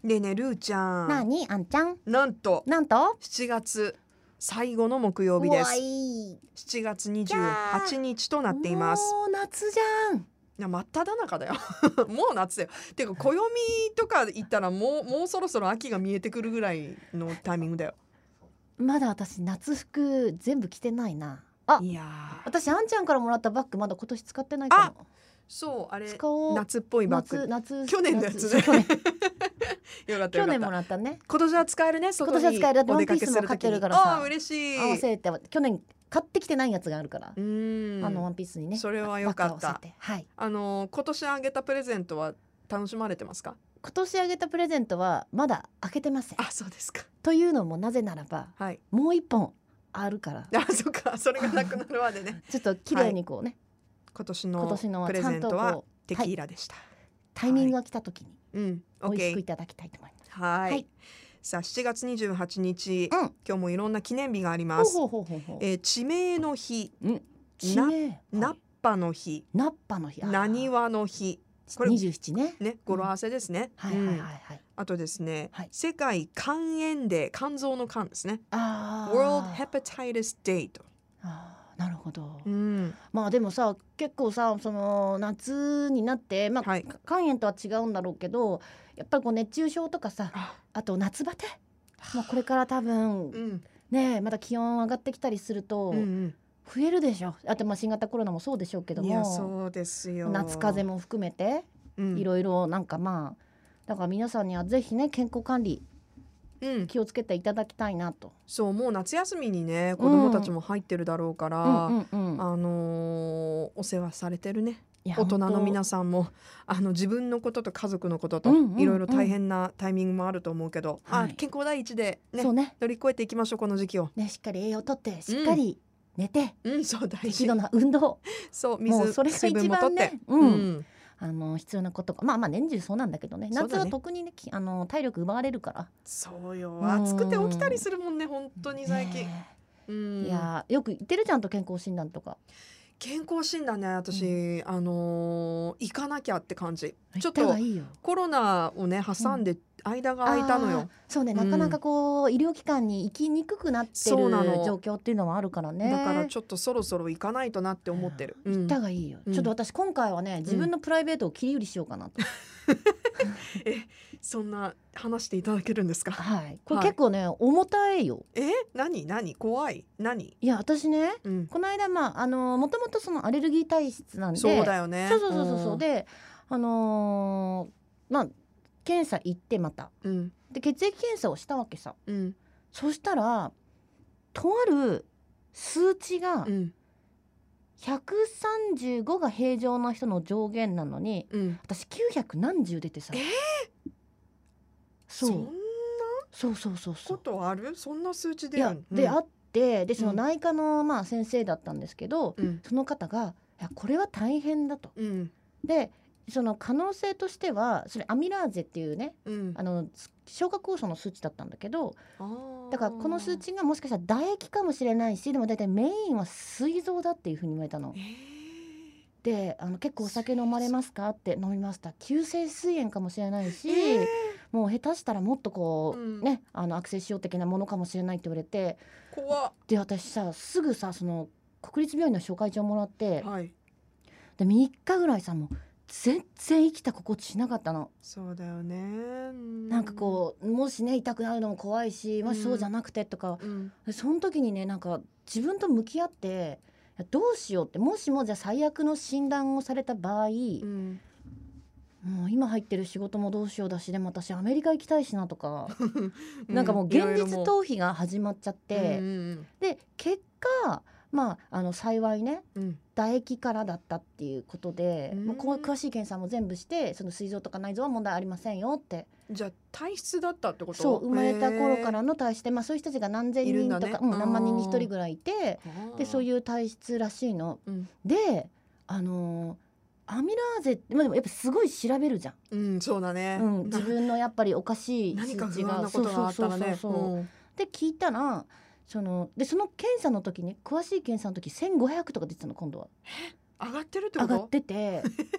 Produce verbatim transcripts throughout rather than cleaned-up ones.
でねルーちゃん、 なにあんちゃん、 なんとなんとしちがつ最後の木曜日です。 うわいい、 しちがつにじゅうはちにちとなっています。 もう夏じゃん。 いや真っ只中だよもう夏だよ。てか暦とか言ったらもう、もうそろそろ秋が見えてくるぐらいのタイミングだよ。 まだ私夏服全部着てないな。あ、 いや私あんちゃんからもらったバッグまだ今年使ってないかも。 そうあれ使おう。 夏っぽいバッグ、 夏夏去年のやつね夏去年よかったよかった。 去年もらったね。 今年は使えるね。外に今年は使える。だってお出かけするワンピースも買って時にるからさあー嬉しい。 合わせて去年買ってきてないやつがあるから、 うーんあのワンピースにね、 それは良かった。 バッグ合わせて、はい、 あの今年あげたプレゼントは楽しまれてますか？ 今年あげたプレゼントはまだ開けてません。 あ、そうですか。 というのもなぜならばはい。 もう一本あるからあ、そっか。それがなくなるまでね。 ちょっと綺麗にこうね、 今年今年ののプレゼントはちゃんとこうテキーラでした。 タイミングが来た時にうん。 美味しく OK いただきたいと思います。 はい、 はいさあしちがつにじゅうはちにち、 うん、 今日もいろんな記念日がありほうます。 ほうほうほうほう、 えー地名の日、 うん、地名、 ナッパの日、 ナッパの日、 なにわの日、これにじゅうしちね。 ね、語呂合わせですね。 はいはいはいうんはい。 あとですね、 はい世界肝炎デー、肝臓の肝ですね。 あー World Hepatitis Day と。 あーなるほど。 うん、 まあでもさ結構さその夏になってまあ、 はい肝炎とは違うんだろうけどやっぱりこう熱中症とかさあ、 あと夏バテ、まあ、これから多分うん、 ねまた気温上がってきたりするとうんうん増えるでしょ。あとまあ新型コロナもそうでしょうけどいやもそうですよ。 夏風邪も含めてうんいろいろなんかまあだから皆さんにはぜひね健康管理うん、 気をつけていただきたいなと。 そうもう夏休みにね子供たちも入ってるだろうから、 うんうんうん、 あのーお世話されてるねいや大人の本当皆さんもあの自分のことと家族のこととうんうんうんいろいろ大変なタイミングもあると思うけど、 はいあ健康第一で、ねそうね乗り越えていきましょうこの時期を。 ねしっかり栄養とってしっかり寝て、 うんそう大事適度な運動そうもう水それが水分もとって、 一番ね、 ううんんあの必要なことかまあまあ年中そうなんだけどねそうだね夏は特にねきあの体力奪われるからそうようん暑くて起きたりするもんね本当に最近、 ねうんいやよく言ってるじゃんと健康診断とか健康診断ね私、あのー行かなきゃって感じ。ちょっと行った方がいいよ。 コロナをね挟んで間が空いたのよ、 あーそうね、 うんなかなかこう医療機関に行きにくくなってるそうなの状況っていうのはあるからね。 だからちょっとそろそろ行かないとなって思ってる、うん行った方がいいよ、 うんちょっと私今回はね自分のプライベートを切り売りしようかなと、 えそんな話していただけるんですか？ はいこれはい結構ね、重たいよ。 え何何怖い何、 いや私ねうん、 この間まああのもともとそのアレルギー体質なんでそうだよねそうそうそうそうそううんであのーまあ検査行ってまたうんで血液検査をしたわけさ。 うんそしたらとある数値がうんひゃくさんじゅうごが平常な人の上限なのにうん私きゅうひゃく何十出てさ、 えそうそんなそうそうそうそうことある？そんな数値いやである？ であってでそのうん内科のまあ先生だったんですけど、 うんその方がいやこれは大変だと。 うんでその可能性としてはそれアミラーゼっていうねうんあの消化酵素の数値だったんだけどあーだからこの数値がもしかしたら唾液かもしれないしでも大体メインは膵臓だっていうふうに言われたのえ。ーであの結構お酒飲まれますかって飲みました。急性膵炎かもしれないし、 えーもう下手したらもっとこう、 うんねあの悪性腫瘍的なものかもしれないって言われて怖っで私さすぐさその国立病院の紹介状もらってはいでみっかぐらいさもう全然生きた心地しなかったの。 そうだよねなんかこうもしね痛くなるのも怖いしもしそうじゃなくてとか、 う、うんでその時にねなんか自分と向き合っていやどうしようってもしもじゃあ最悪の診断をされた場合、 うんもう今入ってる仕事もどうしようだしでも私アメリカ行きたいしなとか、 うんなんかもう現実いろいろもう逃避が始まっちゃって、 うんうんで結果まああの幸いねうん唾液からだったっていうことで、 うんもうこう詳しい検査も全部してその膵臓とか内臓は問題ありませんよってじゃあ体質だったってこと？ そう生まれた頃からのの体質で、まあ、そういう人たちが何千いるん人とか、 だねうん、何万人にあー一人ぐらいいてでそうう、 いう体質らしいのうんであのーアミラーゼって、まあ、でもやっぱすごい調べるじゃん、 うん、そうだね、 うん、自分のやっぱりおかしい何か数値が不安なことがあったらねそうそうそうそううんで聞いたらそのでその検査の時に詳しい検査の時せんごひゃくとか出てたの今度は上がってるってこと？ 上がってて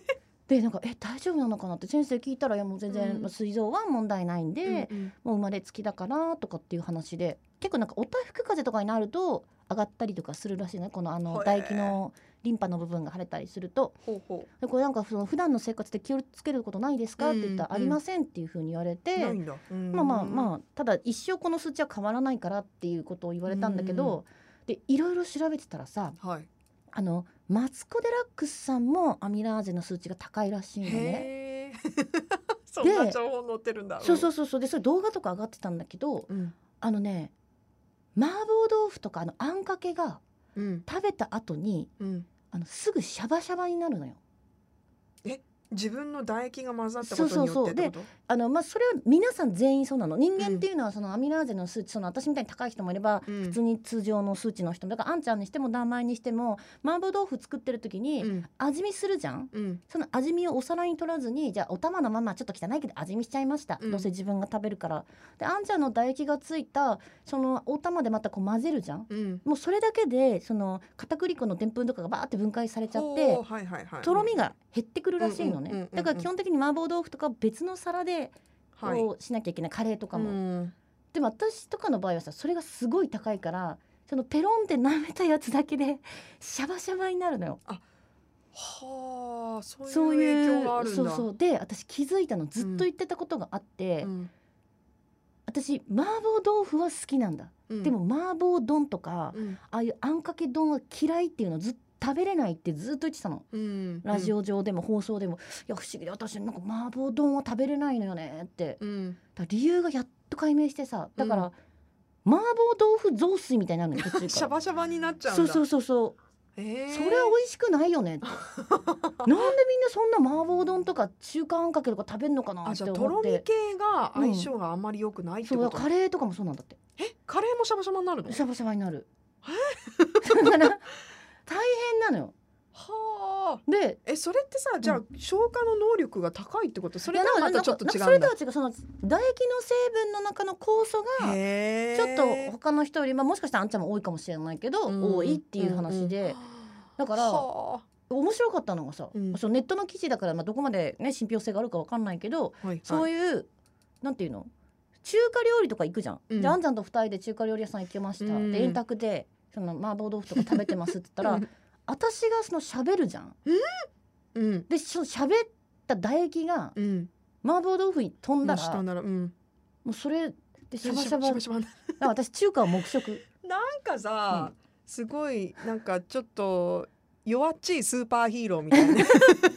でなんかえ大丈夫なのかなって先生聞いたら、いやもう全然、 うんまあ膵臓は問題ないんで、 うんもう生まれつきだからとかっていう話で、結構なんかおたふく風邪とかになると上がったりとかするらしいね、このあのへえ唾液のリンパの部分が腫れたりすると。 ほうほでこれなんかその普段の生活で気をつけることないですかって言ったら、 うんありませんっていうふうに言われうて、 ないんだ。 まあまあまあただ一生この数値は変わらないからっていうことを言われたんだけど、でいろいろ調べてたらさ、 あはいあのマツコ・デラックスさんもアミラーゼの数値が高いらしいのね。 へえそんな情報載ってるんだ。 そうそうそうそう、でそれ動画とか上がってたんだけど、 うんあのね麻婆豆腐とかあのあんかけがうん食べた後にうんあのすぐシャバシャバになるのよ。 自分の唾液が混ざったことによってってこと？ あのまあ、それは皆さん全員そうなの。人間っていうのはそのアミラーゼの数値、その私みたいに高い人もいれば、 うん普通に通常の数値の人も、だからあんちゃんにしてもダーマイにしても麻婆豆腐作ってる時にうん味見するじゃん。 うんその味見をお皿に取らずに、じゃあお玉のままちょっと汚いけど味見しちゃいました、 うんどうせ自分が食べるから。であんちゃんの唾液がついたそのお玉でまたこう混ぜるじゃん。 うんもうそれだけでその片栗粉のでんぷんとかがバーって分解されちゃっほうてはいはいはいとろみが減ってくるらしいのねうんうんうんうんうん。 だから基本的に麻婆豆腐とか別の皿ではいこうしなきゃいけない、カレーとかも。 うんでも私とかの場合はさ、それがすごい高いから、そのペロンって舐めたやつだけでシャバシャバになるのよ。 はあそうそういう影いう響があるんだ。 そうそうで私気づいたの、ずっと言ってたことがあって、 うん私麻婆豆腐は好きなんだ、 うんでも麻婆丼とか、 うんああいうあんかけ丼は嫌いっていうのをずっと食べれないってずっと言ってたの。 うんラジオ上でも放送でも、いや不思議で私なんか麻婆丼は食べれないのよねって。 うんだから理由がやっと解明してさ、だから、 うん麻婆豆腐雑炊みたいになるのよ途中から。 シャバシャバになっちゃうんだ。 そうそうそうそう、 へえそれは美味しくないよねってなんでみんなそんな麻婆丼とか中華あんかけとか食べんのかなってあじゃあとろ思って。 み系が相性があんまり良くないってそうだこと？ カレーとかもそうなんだって、 えカレーもシャバシャバになるの？ シャバシャバになるだから大変なのよ。 はあ。 でえそれってさじゃあ、消化の能力が高いってこと？それとはまたちょっと違いやなんかなんかうんだ。 それとは違う、その唾液の成分の中の酵素がへえちょっと他の人より、まあ、もしかしたらあんちゃんも多いかもしれないけど、 うん多いっていう話で、 うんうんだからは面白かったのがさ、 うんそのネットの記事だから、まあ、どこまで、ね、信憑性があるかわかんないけど、 あはいそういういうなんていうの中華料理とか行くじゃん、 うんであんちゃんと二人で中華料理屋さん行きました、 うんで円卓でその麻婆豆腐とか食べてますって言ったら私がその喋るじゃん。 うんでその喋った唾液がうん麻婆豆腐に飛んだもしらたならうんもうそれでシャバシャバ、 シャバシャバだから私中華を黙食。 なんかさ、すごいなんかちょっと弱っちいスーパーヒーローみたいな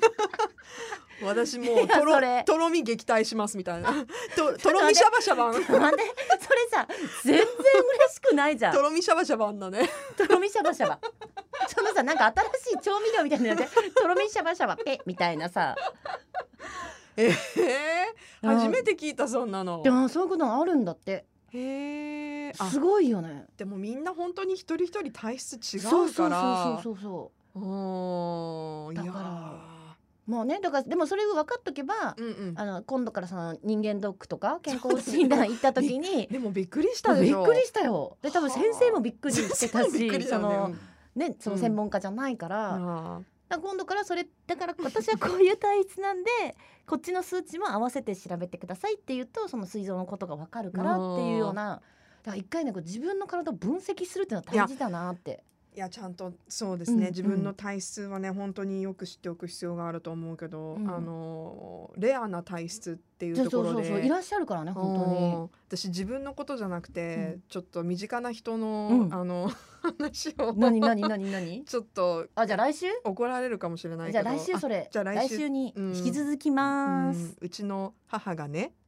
私もういやとろそれとろみ撃退しますみたいなととろみシャバシャバンなんでそれさ全然嬉しくないじゃん。 とろみシャバシャバンだねとろみシャバシャバそのさなんか新しい調味料みたいなのでとろみシャバシャバペみたいなさ。 えー、 うん初めて聞いたそんなのでもそういうことがあるんだって。 へえあすごいよね。 でもみんな本当に一人一人体質違そううからそうそうそうそううんだからいやもうね、だからでもそれを分かっとけば、 ーうんうんあの今度からその人間ドックとか健康診断行った時にでもびっくりしたでしょびっくりしたよ。で多分先生もびっくりしてたびっくりし、そだよねのねその専門家じゃないから、 うんあだから今度からそれだから私はこういう体質なんでこっちの数値も合わせて調べてくださいって言うとその膵臓のことが分かるからっていうような、だから一回ねこう自分の体を分析するっていうのは大事だなって。 いやちゃんとそうですね、 うん自分の体質はね本当によく知っておく必要があると思うけど、 うんあのレアな体質っていうそうそうところでそうそういらっしゃるからね本当に。 うん私自分のことじゃなくて、 うんちょっと身近な人の、 うんあの話を何何何何ちょっとあじゃあ来週怒られるかもしれないけどじゃあ来週それじゃあ来週週にうん引き続きます。 うんうちの母がね